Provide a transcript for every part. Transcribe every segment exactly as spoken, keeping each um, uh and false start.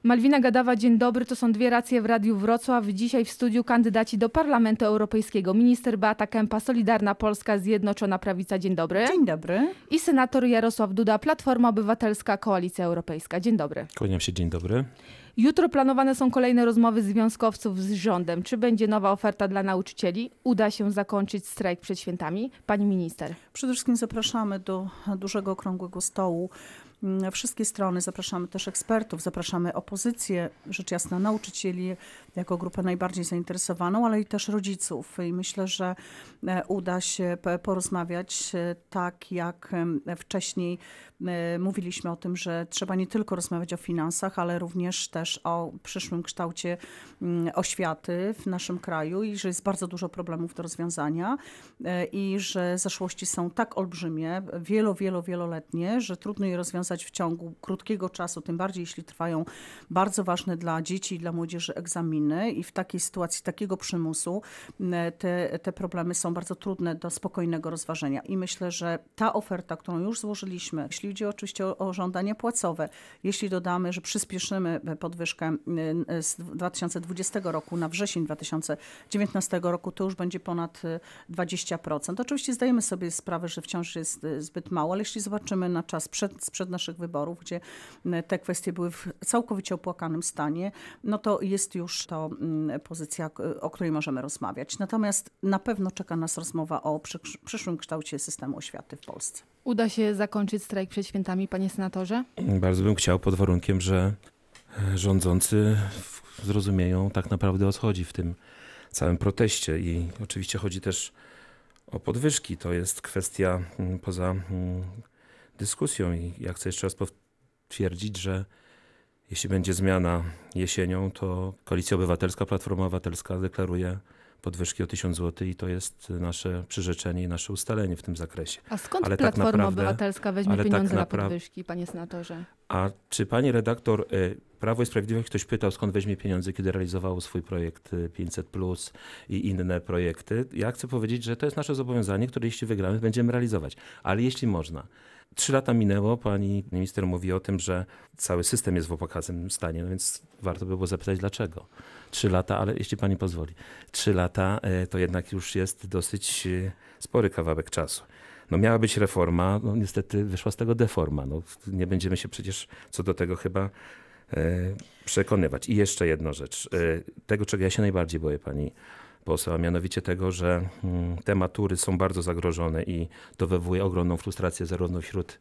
Malwina Gadawa, dzień dobry. To są dwie racje w Radiu Wrocław. Dzisiaj w studiu kandydaci do Parlamentu Europejskiego. Minister Beata Kempa, Solidarna Polska, Zjednoczona Prawica. Dzień dobry. Dzień dobry. I senator Jarosław Duda, Platforma Obywatelska, Koalicja Europejska. Dzień dobry. Kłaniam się, dzień dobry. Jutro planowane są kolejne rozmowy związkowców z rządem. Czy będzie nowa oferta dla nauczycieli? Uda się zakończyć strajk przed świętami? Pani minister. Przede wszystkim zapraszamy do dużego okrągłego stołu wszystkie strony, zapraszamy też ekspertów, zapraszamy opozycję, rzecz jasna nauczycieli jako grupę najbardziej zainteresowaną, ale i też rodziców. I myślę, że uda się porozmawiać tak, jak wcześniej mówiliśmy o tym, że trzeba nie tylko rozmawiać o finansach, ale również też o przyszłym kształcie oświaty w naszym kraju i że jest bardzo dużo problemów do rozwiązania i że zaszłości są tak olbrzymie, wielo, wielo, wieloletnie, że trudno je rozwiązać w ciągu krótkiego czasu, tym bardziej jeśli trwają bardzo ważne dla dzieci i dla młodzieży egzaminy i w takiej sytuacji takiego przymusu te, te problemy są bardzo trudne do spokojnego rozważenia. I myślę, że ta oferta, którą już złożyliśmy, jeśli chodzi oczywiście o, o żądania płacowe, jeśli dodamy, że przyspieszymy podwyżkę z dwa tysiące dwudziestego roku na wrzesień dwa tysiące dziewiętnastego roku, to już będzie ponad dwadzieścia procent. Oczywiście zdajemy sobie sprawę, że wciąż jest zbyt mało, ale jeśli zobaczymy na czas przed, sprzed naszych wyborów, gdzie te kwestie były w całkowicie opłakanym stanie, no to jest już to pozycja, o której możemy rozmawiać. Natomiast na pewno czeka nas rozmowa o przyszłym kształcie systemu oświaty w Polsce. Uda się zakończyć strajk przed świętami, panie senatorze? Bardzo bym chciał, pod warunkiem, że rządzący zrozumieją tak naprawdę, o co chodzi w tym całym proteście. I oczywiście chodzi też o podwyżki. To jest kwestia poza dyskusją i ja chcę jeszcze raz potwierdzić, że jeśli będzie zmiana jesienią, to Koalicja Obywatelska, Platforma Obywatelska deklaruje podwyżki o tysiąc złotych i to jest nasze przyrzeczenie i nasze ustalenie w tym zakresie. A skąd ale Platforma tak naprawdę, Obywatelska weźmie pieniądze tak napra- na podwyżki, panie senatorze? A czy pani redaktor, Prawo i Sprawiedliwość, ktoś pytał, skąd weźmie pieniądze, kiedy realizowało swój projekt pięćset plus i inne projekty? Ja chcę powiedzieć, że to jest nasze zobowiązanie, które jeśli wygramy, będziemy realizować. Ale jeśli można. Trzy lata minęło, pani minister mówi o tym, że cały system jest w opłakanym stanie, no więc warto by było zapytać dlaczego. Trzy lata, ale jeśli pani pozwoli, trzy lata to jednak już jest dosyć spory kawałek czasu. No miała być reforma, no niestety wyszła z tego deforma. No, nie będziemy się przecież co do tego chyba e, przekonywać. I jeszcze jedna rzecz. E, tego, czego ja się najbardziej boję, pani poseł, a mianowicie tego, że mm, te matury są bardzo zagrożone i to wywołuje ogromną frustrację zarówno wśród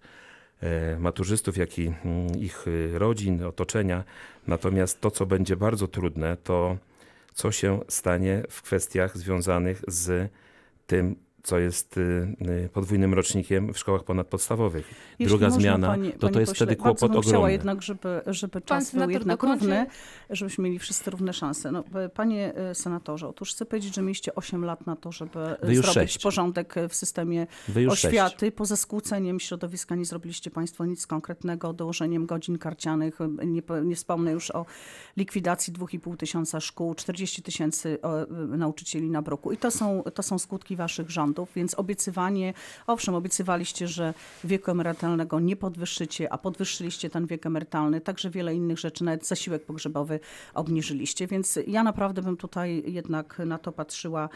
e, maturzystów, jak i mm, ich rodzin, otoczenia. Natomiast to, co będzie bardzo trudne, to co się stanie w kwestiach związanych z tym, co jest podwójnym rocznikiem w szkołach ponadpodstawowych. Jeśli Druga można, zmiana, pani, to pani to jest pośle, wtedy kłopot ogromny. Chciała ogromny. jednak, żeby, żeby czas Pan był jednak dokończy. równy, żebyśmy mieli wszyscy równe szanse. No, panie senatorze, otóż chcę powiedzieć, że mieliście osiem lat na to, żeby zrobić sześć. porządek w systemie oświaty. Sześć. Poza skłóceniem środowiska nie zrobiliście państwo nic konkretnego, dołożeniem godzin karcianych. Nie, nie wspomnę już o likwidacji dwóch i pół tysiąca szkół, czterdzieści tysięcy nauczycieli na bruku. I to są, to są skutki waszych rządów, więc obiecywanie, owszem, obiecywaliście, że wieku emerytalnego nie podwyższycie, a podwyższyliście ten wiek emerytalny, także wiele innych rzeczy, nawet zasiłek pogrzebowy obniżyliście, więc ja naprawdę bym tutaj jednak na to patrzyła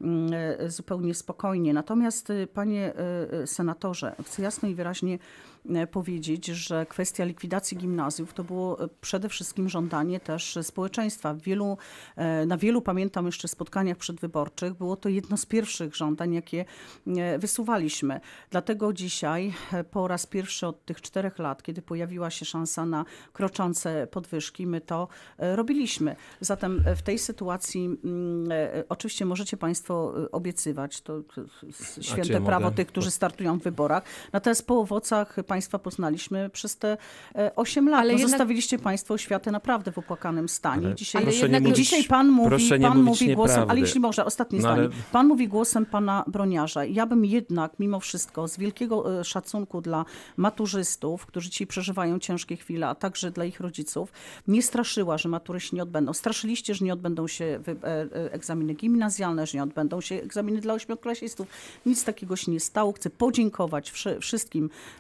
zupełnie spokojnie. Natomiast, panie senatorze, chcę jasno i wyraźnie powiedzieć, że kwestia likwidacji gimnazjów to było przede wszystkim żądanie też społeczeństwa. Wielu, na wielu, pamiętam jeszcze spotkaniach przedwyborczych, było to jedno z pierwszych żądań, jakie wysuwaliśmy. Dlatego dzisiaj po raz pierwszy od tych czterech lat, kiedy pojawiła się szansa na kroczące podwyżki, my to robiliśmy. Zatem w tej sytuacji oczywiście możecie państwo obiecywać, to święte prawo tych, którzy startują w wyborach. Natomiast po owocach państwa poznaliśmy przez te osiem lat. Ale no, jednak... Zostawiliście państwo oświatę naprawdę w opłakanym stanie. Ale dzisiaj, ale jednak... I dzisiaj pan mówi, pan mówi głosem, nieprawdy. ale jeśli może, ostatnie no, zdanie. ale... Pan mówi głosem pana Broniarza. Ja bym jednak mimo wszystko z wielkiego szacunku dla maturzystów, którzy dzisiaj przeżywają ciężkie chwile, a także dla ich rodziców, nie straszyła, że matury się nie odbędą. Straszyliście, że nie odbędą się egzaminy gimnazjalne, że nie odbędą się egzaminy dla ośmioklasistów. Nic takiego się nie stało. Chcę podziękować wszystkim nauczycielom,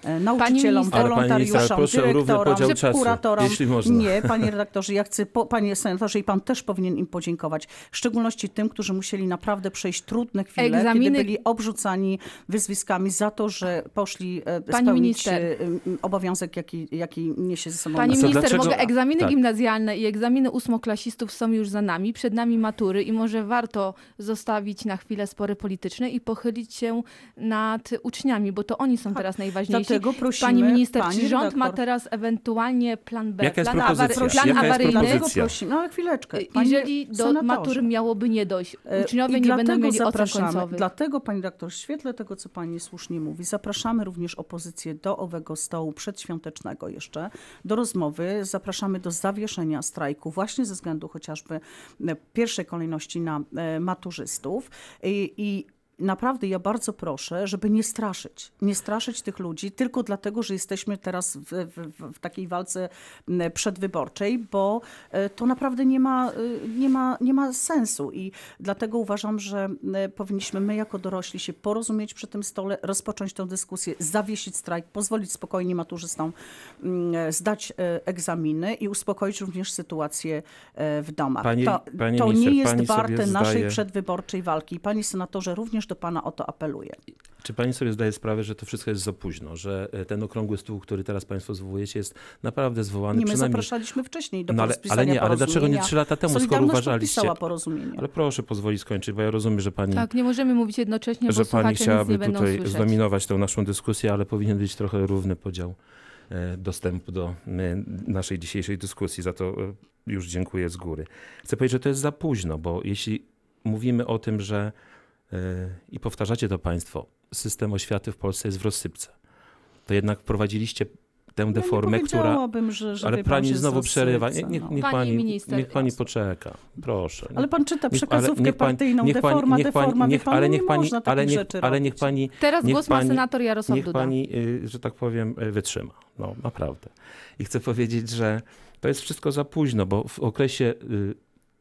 nauczycielom, minister- Ale pani minister, wolontariuszom, proszę o równy dyrektorom, podział czasu, kuratorom. jeśli można. Nie, panie redaktorze, ja chcę, po, panie senatorze, i pan też powinien im podziękować. W szczególności tym, którzy musieli naprawdę przejść trudne chwile, Egzaminy- kiedy byli obrzucani wyzwiskami za to, że poszli e, Pani spełnić minister. e, m, obowiązek, jaki, jaki niesie ze sobą Pani A co, nauka. minister, dlaczego- mogę, egzaminy tak. gimnazjalne i egzaminy ósmoklasistów są już za nami, przed nami matury i może warto zostawić na chwilę spory polityczne i pochylić się nad uczniami, bo to oni są teraz najważniejsi. Dlatego prosimy, Pani minister, pani czy rząd ma redaktor, teraz ewentualnie plan B, Jaka jest plan, propozycja? plan Jaka jest awaryjny? propozycja? Dlatego prosimy, no ale chwileczkę. Y, panie Jeżeli do senatorze. matury miałoby nie dojść, E, uczniowie I nie będą dlatego mieli ocen zapraszamy- końcowych. Dlatego, pani doktor, w świetle tego, co pani słusznie mówi, zapraszamy również opozycję do owego stołu przedświątecznego jeszcze, do rozmowy. Zapraszamy do zawieszenia strajku właśnie ze względu chociażby e, w pierwszej kolejności na e, maturzystów. I, i Naprawdę ja bardzo proszę, żeby nie straszyć. Nie straszyć tych ludzi tylko dlatego, że jesteśmy teraz w, w, w takiej walce m, przedwyborczej, bo e, to naprawdę nie ma, e, nie ma, nie ma sensu. I dlatego uważam, że e, powinniśmy my jako dorośli się porozumieć przy tym stole, rozpocząć tę dyskusję, zawiesić strajk, pozwolić spokojnie maturzystom m, zdać e, egzaminy i uspokoić również sytuację e, w domach. Pani- to pani to minister, nie jest pani sobie warte naszej zdaje- przedwyborczej walki. Panie senatorze, również do pana o to apeluję. Czy pani sobie zdaje sprawę, że to wszystko jest za późno, że e, ten okrągły stół, który teraz państwo zwołujecie, jest naprawdę zwołany Nie, my przynajmniej... zapraszaliśmy wcześniej do No ale, podpisania ale nie, ale dlaczego nie porozumienia. trzy lata temu, skoro Solidarność uważaliście... podpisała porozumienie. Ale proszę pozwolić skończyć, bo ja rozumiem, że pani, Tak, nie możemy mówić jednocześnie, bo że pani słuchacze nic chciałaby nie będą tutaj słyszeć. zdominować tę naszą dyskusję, ale powinien być trochę równy podział e, dostępu do e, naszej dzisiejszej dyskusji. Za to e, już dziękuję z góry. Chcę powiedzieć, że to jest za późno, bo jeśli mówimy o tym, że e, i powtarzacie to państwo, system oświaty w Polsce jest w rozsypce, to jednak wprowadziliście tę deformę, ja nie która... powiedziałabym, że, że Ale wie pan, pani że znowu jest przerywa. rozsypce, Nie, niech, no. niech Pani pani, minister, niech pani jasne. poczeka. Proszę. Ale pan czyta Niech- przekazówkę ale niech pani- partyjną, niech pani- deforma, niech pani- deforma, wie niech- pan, ale no niech nie pani, można takich ale niech, rzeczy ale niech robić. pani, Teraz niech głos ma pani- senator Jarosław niech Duda. pani, y, że tak powiem, y, wytrzyma. No, naprawdę. I chcę powiedzieć, że to jest wszystko za późno, bo w okresie y,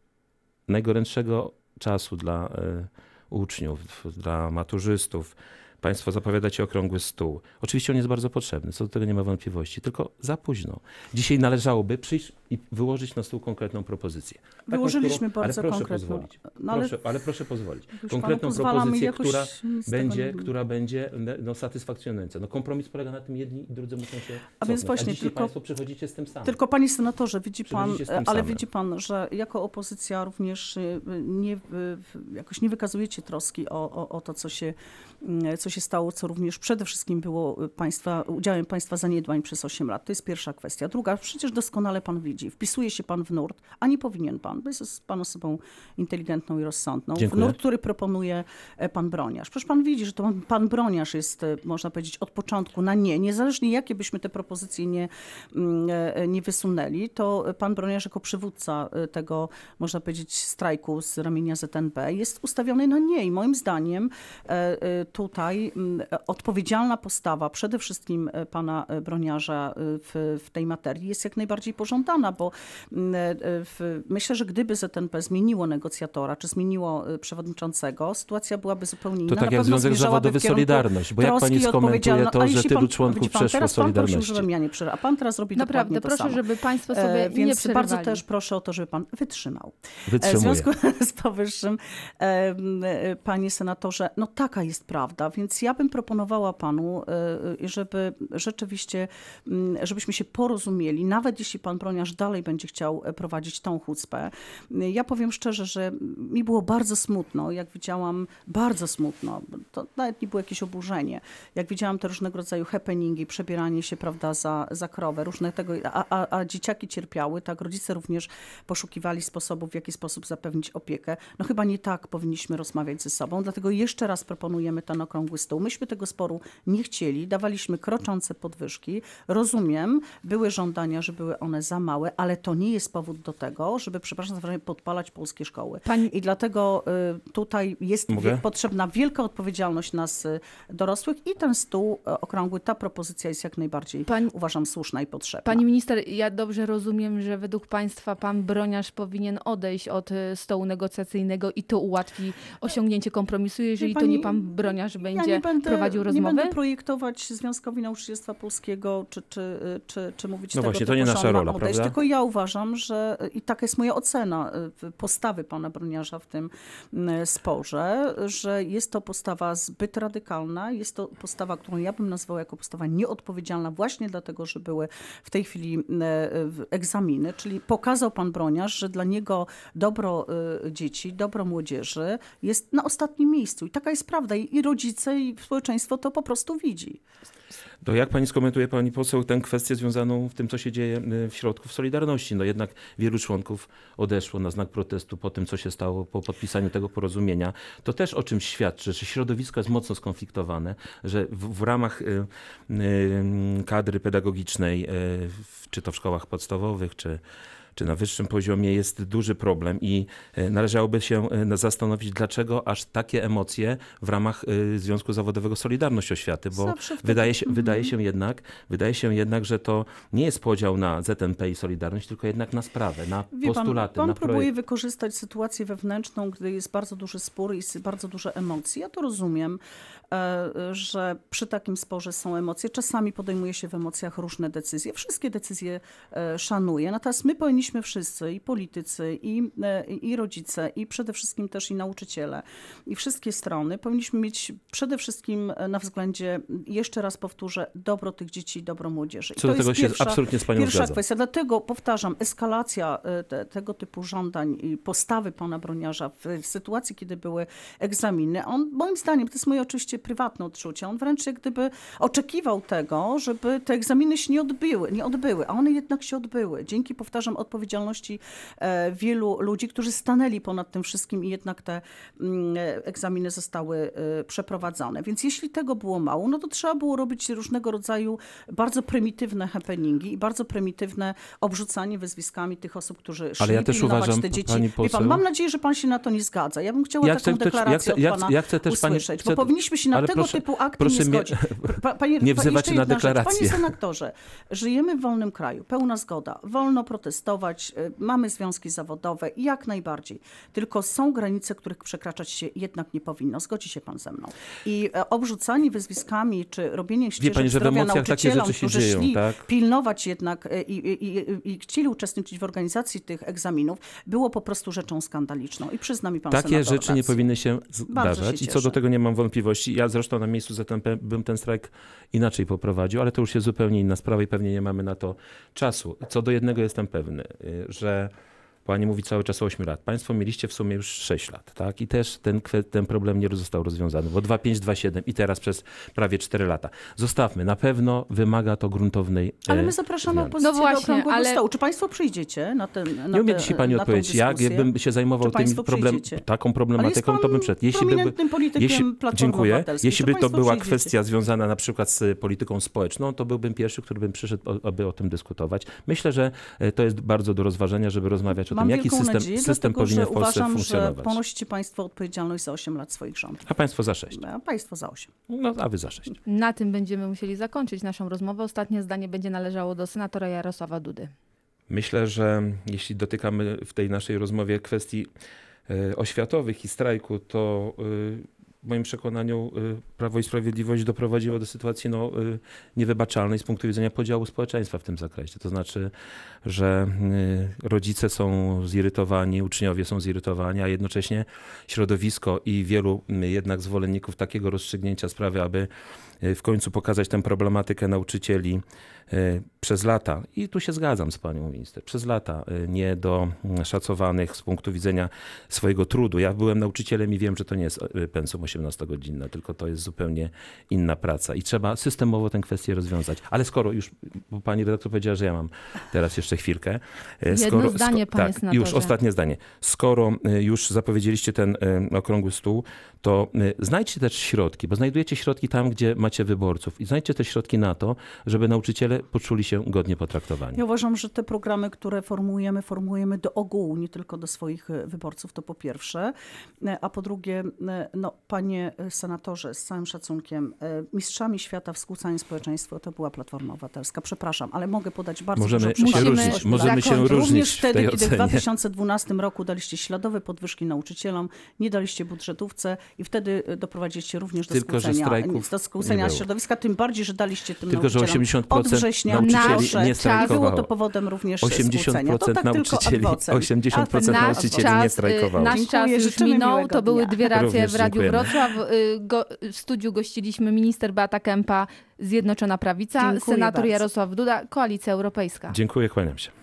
najgorętszego czasu dla y, uczniów, dla maturzystów, państwo zapowiadacie okrągły stół. Oczywiście on jest bardzo potrzebny, co do tego nie ma wątpliwości, tylko za późno. Dzisiaj należałoby przyjść i wyłożyć na stół konkretną propozycję. Taką, Wyłożyliśmy którą- bardzo ale proszę konkretną. Pozwolić. No ale proszę, ale proszę pozwolić. już Konkretną panu pozwalam i propozycję, jakoś która nic z tego będzie, nie- która będzie no, satysfakcjonująca. No, kompromis polega na tym, jedni i drudzy muszą się A więc cofnąć. właśnie, dzisiaj tylko- państwo przychodzicie z tym samym. Tylko panie senatorze, widzi pan, Przychodzicie z tym ale samym. widzi pan, że jako opozycja również y, nie, y, jakoś nie wykazujecie troski o, o, o to, co się, y, co się stało, co również przede wszystkim było państwa, udziałem państwa zaniedbań przez osiem lat. To jest pierwsza kwestia. Druga, przecież doskonale pan widzi, wpisuje się pan w nurt, a nie powinien pan, bo jest pan osobą inteligentną i rozsądną. W Dziękuję. nurt, który proponuje e, pan Broniarz. Przecież pan widzi, że to pan, pan Broniarz jest, e, można powiedzieć, od początku na nie. Niezależnie jakie byśmy te propozycje nie, mm, e, nie wysunęli, to pan Broniarz jako przywódca e, tego, można powiedzieć, strajku z ramienia Z N B jest ustawiony na nie. I moim zdaniem e, e, tutaj mm, odpowiedzialna postawa przede wszystkim e, pana e, Broniarza e, w, w tej materii jest jak najbardziej pożądana, bo mm, e, w, myślę, że gdyby Z N P zmieniło negocjatora, czy zmieniło e, przewodniczącego, sytuacja byłaby zupełnie inna. To tak Na jak pewno Związek zmierzałaby Zawodowy w kierunku Solidarność, bo jak troski pani i skomentuje odpowiedzialności. to, A że jeśli tylu pan- członków widzi pan, przeszło teraz pan prosił, Solidarności? żebym ja nie przerwała, a pan teraz robi Naprawdę, dokładnie to proszę, samo. żeby państwo sobie E, nie Więc przerywali. bardzo też proszę o to, żeby pan wytrzymał. E, W Wytrzymuję. związku z powyższym, e, e, panie senatorze, no taka jest prawda, więc ja bym proponowała panu, e, żeby rzeczywiście, m, żebyśmy się porozumieli, nawet jeśli pan Broniarz dalej będzie chciał e, prowadzić tą chucpę. Ja powiem szczerze, że mi było bardzo smutno, jak widziałam, bardzo smutno, to nawet nie było jakieś oburzenie, jak widziałam te różnego rodzaju happeningi, przebieranie się, prawda, za, za krowę, różne tego, a, a, a dzieciaki cierpiały, tak, rodzice również poszukiwali sposobów, w jaki sposób zapewnić opiekę. No chyba nie tak powinniśmy rozmawiać ze sobą, dlatego jeszcze raz proponujemy ten okrągły stół. Myśmy tego sporu nie chcieli, dawaliśmy kroczące podwyżki. Rozumiem, były żądania, że były one za małe. małe, ale to nie jest powód do tego, żeby, przepraszam za wyrażenie, podpalać polskie szkoły. Pani... I dlatego y, tutaj jest Mogę? potrzebna wielka odpowiedzialność nas y, dorosłych i ten stół y, okrągły, ta propozycja jest jak najbardziej, Pani... uważam, słuszna i potrzebna. Pani minister, ja dobrze rozumiem, że według państwa pan Broniarz powinien odejść od stołu negocjacyjnego i to ułatwi osiągnięcie kompromisu, jeżeli pani, to nie pan Broniarz będzie ja nie będę, prowadził rozmowy? Nie będę projektować Związkowi Nauczycielstwa Polskiego, czy, czy, czy, czy mówić No tego właśnie, typu, to nie nasza rola, odejść, prawda? tylko ja uważam, że i taka jest moja ocena postawy pana Broniarza w tym sporze, że jest to postawa zbyt radykalna, jest to postawa, którą ja bym nazwała jako postawa nieodpowiedzialna właśnie dlatego, że były w tej chwili egzaminy, czyli pokazał pan Broniarz, że dla niego dobro dzieci, dobro młodzieży jest na ostatnim miejscu. I taka jest prawda. I rodzice, i społeczeństwo to po prostu widzi. To jak pani skomentuje, pani poseł, tę kwestię związaną w tym, co się dzieje w środku w Solidarności? No jednak wielu członków odeszło na znak protestu po tym, co się stało po podpisaniu tego porozumienia. To też o czymś świadczy, że środowisko jest mocno skonfliktowane, że w, w ramach y, y, kadry pedagogicznej, y, czy to w szkołach podstawowych, czy czy na wyższym poziomie jest duży problem i należałoby się zastanowić, dlaczego aż takie emocje w ramach Związku Zawodowego Solidarność Oświaty, bo wydaje się, wydaje się jednak, wydaje się jednak, że to nie jest podział na Z N P i Solidarność, tylko jednak na sprawę, na Wie postulaty, pan, pan na próbuje projekt. wykorzystać sytuację wewnętrzną, gdy jest bardzo duży spór i jest bardzo dużo emocji. Ja to rozumiem, że przy takim sporze są emocje. Czasami podejmuje się w emocjach różne decyzje. Wszystkie decyzje szanuję. Natomiast my powinniśmy wszyscy, i politycy, i, i rodzice, i przede wszystkim też i nauczyciele, i wszystkie strony, powinniśmy mieć przede wszystkim na względzie, jeszcze raz powtórzę, dobro tych dzieci i dobro młodzieży. I Co to do tego jest się pierwsza, absolutnie z panią pierwsza zgadzam. kwestia. Dlatego powtarzam, eskalacja te, tego typu żądań i postawy pana Broniarza w, w sytuacji, kiedy były egzaminy, on moim zdaniem, to jest moje oczywiście prywatne odczucie, on wręcz jak gdyby oczekiwał tego, żeby te egzaminy się nie odbyły, nie odbyły, a one jednak się odbyły. Dzięki, powtarzam, odpowiedzialności e, wielu ludzi, którzy stanęli ponad tym wszystkim i jednak te mm, egzaminy zostały e, przeprowadzone. Więc jeśli tego było mało, no to trzeba było robić różnego rodzaju bardzo prymitywne happeningi i bardzo prymitywne obrzucanie wyzwiskami tych osób, którzy szli Ale ja też pilnować uważam, te dzieci. pani Wie poseł, pan, mam nadzieję, że pan się na to nie zgadza. Ja bym chciała Ja taką chcę też- deklarację ja chcę- od ja pana chcę- ja chcę też pani- usłyszeć, chcę- bo powinniśmy się na ale tego proszę- typu akty proszę nie mnie- zgodzić. Pa, panie, nie pa- wzywać jeszcze na jedna rzecz. deklarację. Panie senatorze, żyjemy w wolnym kraju, pełna zgoda, wolno protestować, y, mamy związki zawodowe i jak najbardziej. Tylko są granice, których przekraczać się jednak nie powinno. Zgodzi się pan ze mną. I e, obrzucanie wyzwiskami, czy robienie ścieżek pani, że w zdrowia emocjach takie nauczycielom, rzeczy się którzy dzieją, szli tak? pilnować jednak e, i, i, i, i chcieli uczestniczyć w organizacji tych egzaminów, było po prostu rzeczą skandaliczną. I przyzna mi pan Takie senator rzeczy nie rację. powinny się Bardzo zdarzać się i co do cieszę. tego nie mam wątpliwości. Ja zresztą na miejscu Z N P bym ten strajk inaczej poprowadził, ale to już jest zupełnie inna sprawa i pewnie nie mamy na to czasu. Co do jednego jestem pewny, y, że pani mówi cały czas o ośmiu lat. Państwo mieliście w sumie już sześć lat, tak? I też ten, kwe- ten problem nie został rozwiązany, bo dwa pięć, dwa siedem i teraz przez prawie cztery lata. Zostawmy, na pewno wymaga to gruntownej Ale e, my zapraszamy zmiany. opozycję No właśnie, do okrągłego ale- stołu. Czy państwo przyjdziecie na ten na Nie umie te- dzisiaj pani na tą odpowiedzieć. Jak dyskusję? bym się zajmował Czy tym państwo problem, przyjdziecie? taką Ale jest problematyką, pan to bym przed. Jeśli by, prominentnym politykiem jeśli, Platformy dziękuję. Obywatelskiej. Jeśli Czy by to państwo była przyjdziecie? kwestia związana na przykład z polityką społeczną, to byłbym pierwszy, który bym przyszedł, o- aby o tym dyskutować. Myślę, że e, to jest bardzo do rozważenia, żeby rozmawiać o Mam tym, jaki wielką system, nadzieję, system dlatego, powinien że w Polsce uważam, że funkcjonować. ponosicie państwo odpowiedzialność za osiem lat swoich rządów. A państwo za sześć. A państwo za osiem. No, a wy za sześć. Na tym będziemy musieli zakończyć naszą rozmowę. Ostatnie zdanie będzie należało do senatora Jarosława Dudy. Myślę, że jeśli dotykamy w tej naszej rozmowie kwestii e, oświatowych i strajku, to e, w moim przekonaniu e, Prawo i Sprawiedliwość doprowadziło do sytuacji no, e, niewybaczalnej z punktu widzenia podziału społeczeństwa w tym zakresie. To znaczy, że e, rodzice są zirytowani, uczniowie są zirytowani, a jednocześnie środowisko i wielu m, jednak zwolenników takiego rozstrzygnięcia sprawy, aby e, w końcu pokazać tę problematykę nauczycieli e, przez lata, i tu się zgadzam z panią minister, przez lata e, nie do mm, szacowanych z punktu widzenia swojego trudu. Ja byłem nauczycielem i wiem, że to nie jest e, pensum osiemnastogodzinne, tylko to jest zupełnie inna praca i trzeba systemowo tę kwestię rozwiązać. Ale skoro już, bo pani redaktor powiedziała, że ja mam teraz jeszcze chwilkę. e, Jedno skoro, zdanie, panie tak, senatorze. już ostatnie zdanie. Skoro e, już zapowiedzieliście ten e, okrągły stół, to e, znajdźcie też środki, bo znajdujecie środki tam, gdzie macie macie wyborców i znajdźcie te środki na to, żeby nauczyciele poczuli się godnie potraktowani. Ja uważam, że te programy, które formułujemy, formułujemy do ogółu, nie tylko do swoich wyborców, to po pierwsze. A po drugie, no, panie senatorze, z całym szacunkiem, mistrzami świata w skłócaniu społeczeństwa to była Platforma Obywatelska. Przepraszam, ale mogę podać bardzo Możemy dużo się przykładów. różnić, możemy się zakończyć. różnić Również w wtedy, tej kiedy w ocenie. dwa tysiące dwunastym roku daliście śladowe podwyżki nauczycielom, nie daliście budżetówce i wtedy doprowadziliście również do Tylko, że skłócenia, strajków do skłócenia nie było. środowiska, tym bardziej, że daliście tym Tylko, że nauczycielom osiemdziesiąt od procent września nauczycieli proszę, nie i strajkowało. było to powodem również osiemdziesiąt skłócenia. To procent tak tylko nauczycieli, adwocem. osiemdziesiąt procent A ten nauczycieli adwokat. nie Czas, y, strajkowało. nasz Dziękuję, czas już życzymy minął. miłego To były dnia. dwie racje Również w Radiu dziękujemy. Wrocław. Y, Go, w studiu gościliśmy minister Beata Kempa, Zjednoczona Prawica, Dziękuję senator bardzo. Jarosław Duda, Koalicja Europejska. Dziękuję, kłaniam się.